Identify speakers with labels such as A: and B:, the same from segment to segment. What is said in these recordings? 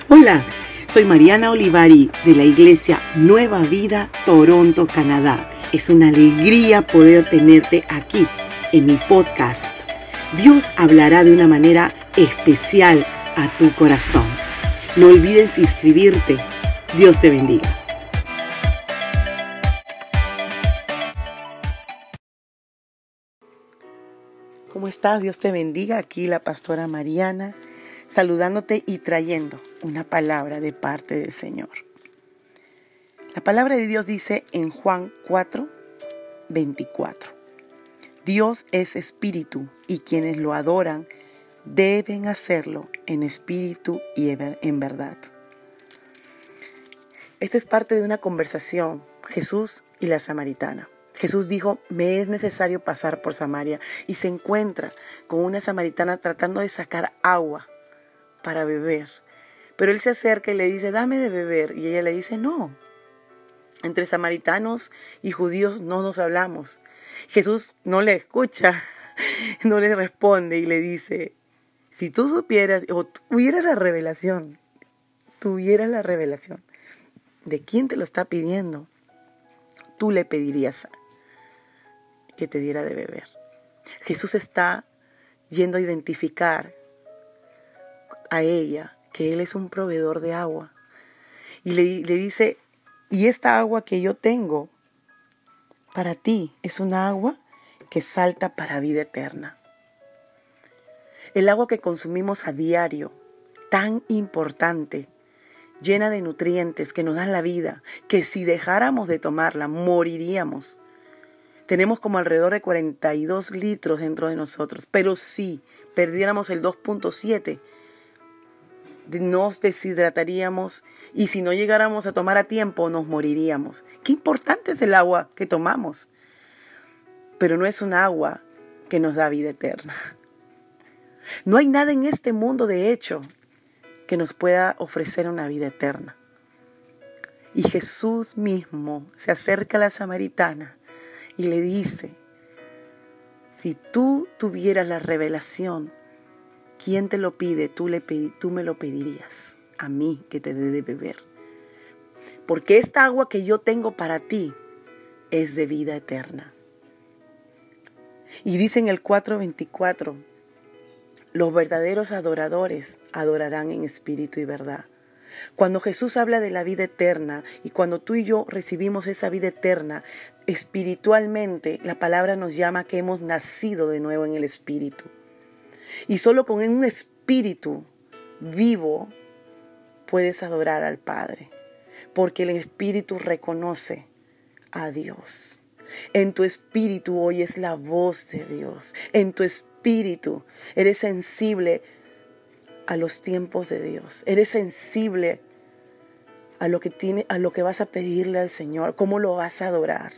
A: Hola, soy Mariana Olivari de la Iglesia Nueva Vida, Toronto, Canadá. Es una alegría poder tenerte aquí en mi podcast. Dios hablará de una manera especial a tu corazón. No olvides inscribirte. Dios te bendiga. ¿Cómo estás? Dios te bendiga. Aquí la pastora Mariana, saludándote y trayendo una palabra de parte del Señor. La palabra de Dios dice en Juan 4:24. Dios es espíritu y quienes lo adoran deben hacerlo en espíritu y en verdad. Esta es parte de una conversación, Jesús y la samaritana. Jesús dijo, me es necesario pasar por Samaria, y se encuentra con una samaritana tratando de sacar agua para beber. Pero él se acerca y le dice, dame de beber. Y ella le dice, no. Entre samaritanos y judíos no nos hablamos. Jesús no le escucha, no le responde y le dice, si tú supieras o tuvieras la revelación de quién te lo está pidiendo, tú le pedirías que te diera de beber. Jesús está yendo a identificar a ella que Él es un proveedor de agua. Y le dice, y esta agua que yo tengo para ti es una agua que salta para vida eterna. El agua que consumimos a diario, tan importante, llena de nutrientes que nos dan la vida, que si dejáramos de tomarla, moriríamos. Tenemos como alrededor de 42 litros dentro de nosotros, pero si perdiéramos el 2.7, nos deshidrataríamos y si no llegáramos a tomar a tiempo, nos moriríamos. Qué importante es el agua que tomamos, pero no es un agua que nos da vida eterna. No hay nada en este mundo, de hecho, que nos pueda ofrecer una vida eterna. Y Jesús mismo se acerca a la samaritana y le dice, si tú tuvieras la revelación, ¿quién te lo pide? Tú me lo pedirías a mí que te dé de beber. Porque esta agua que yo tengo para ti es de vida eterna. Y dice en el 4:24, los verdaderos adoradores adorarán en espíritu y verdad. Cuando Jesús habla de la vida eterna y cuando tú y yo recibimos esa vida eterna, espiritualmente la palabra nos llama que hemos nacido de nuevo en el espíritu. Y solo con un espíritu vivo puedes adorar al Padre, porque el espíritu reconoce a Dios. En tu espíritu oyes la voz de Dios. En tu espíritu eres sensible a los tiempos de Dios. Eres sensible a lo que vas a pedirle al Señor, cómo lo vas a adorar.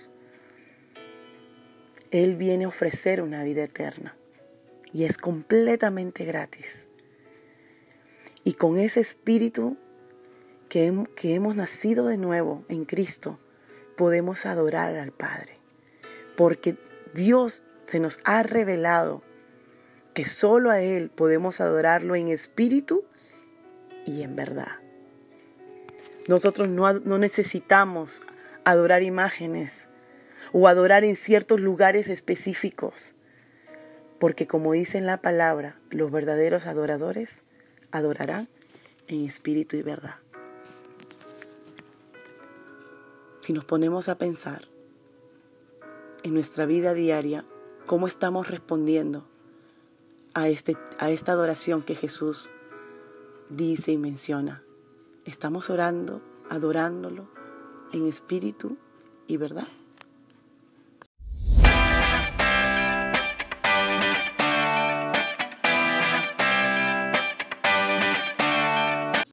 A: Él viene a ofrecer una vida eterna y es completamente gratis. Y con ese espíritu que hemos nacido de nuevo en Cristo, podemos adorar al Padre, porque Dios se nos ha revelado que solo a Él podemos adorarlo en espíritu y en verdad. Nosotros no necesitamos adorar imágenes o adorar en ciertos lugares específicos, porque como dice en la palabra, los verdaderos adoradores adorarán en espíritu y verdad. Si nos ponemos a pensar en nuestra vida diaria, cómo estamos respondiendo a esta adoración que Jesús dice y menciona. ¿Estamos orando, adorándolo en espíritu y verdad?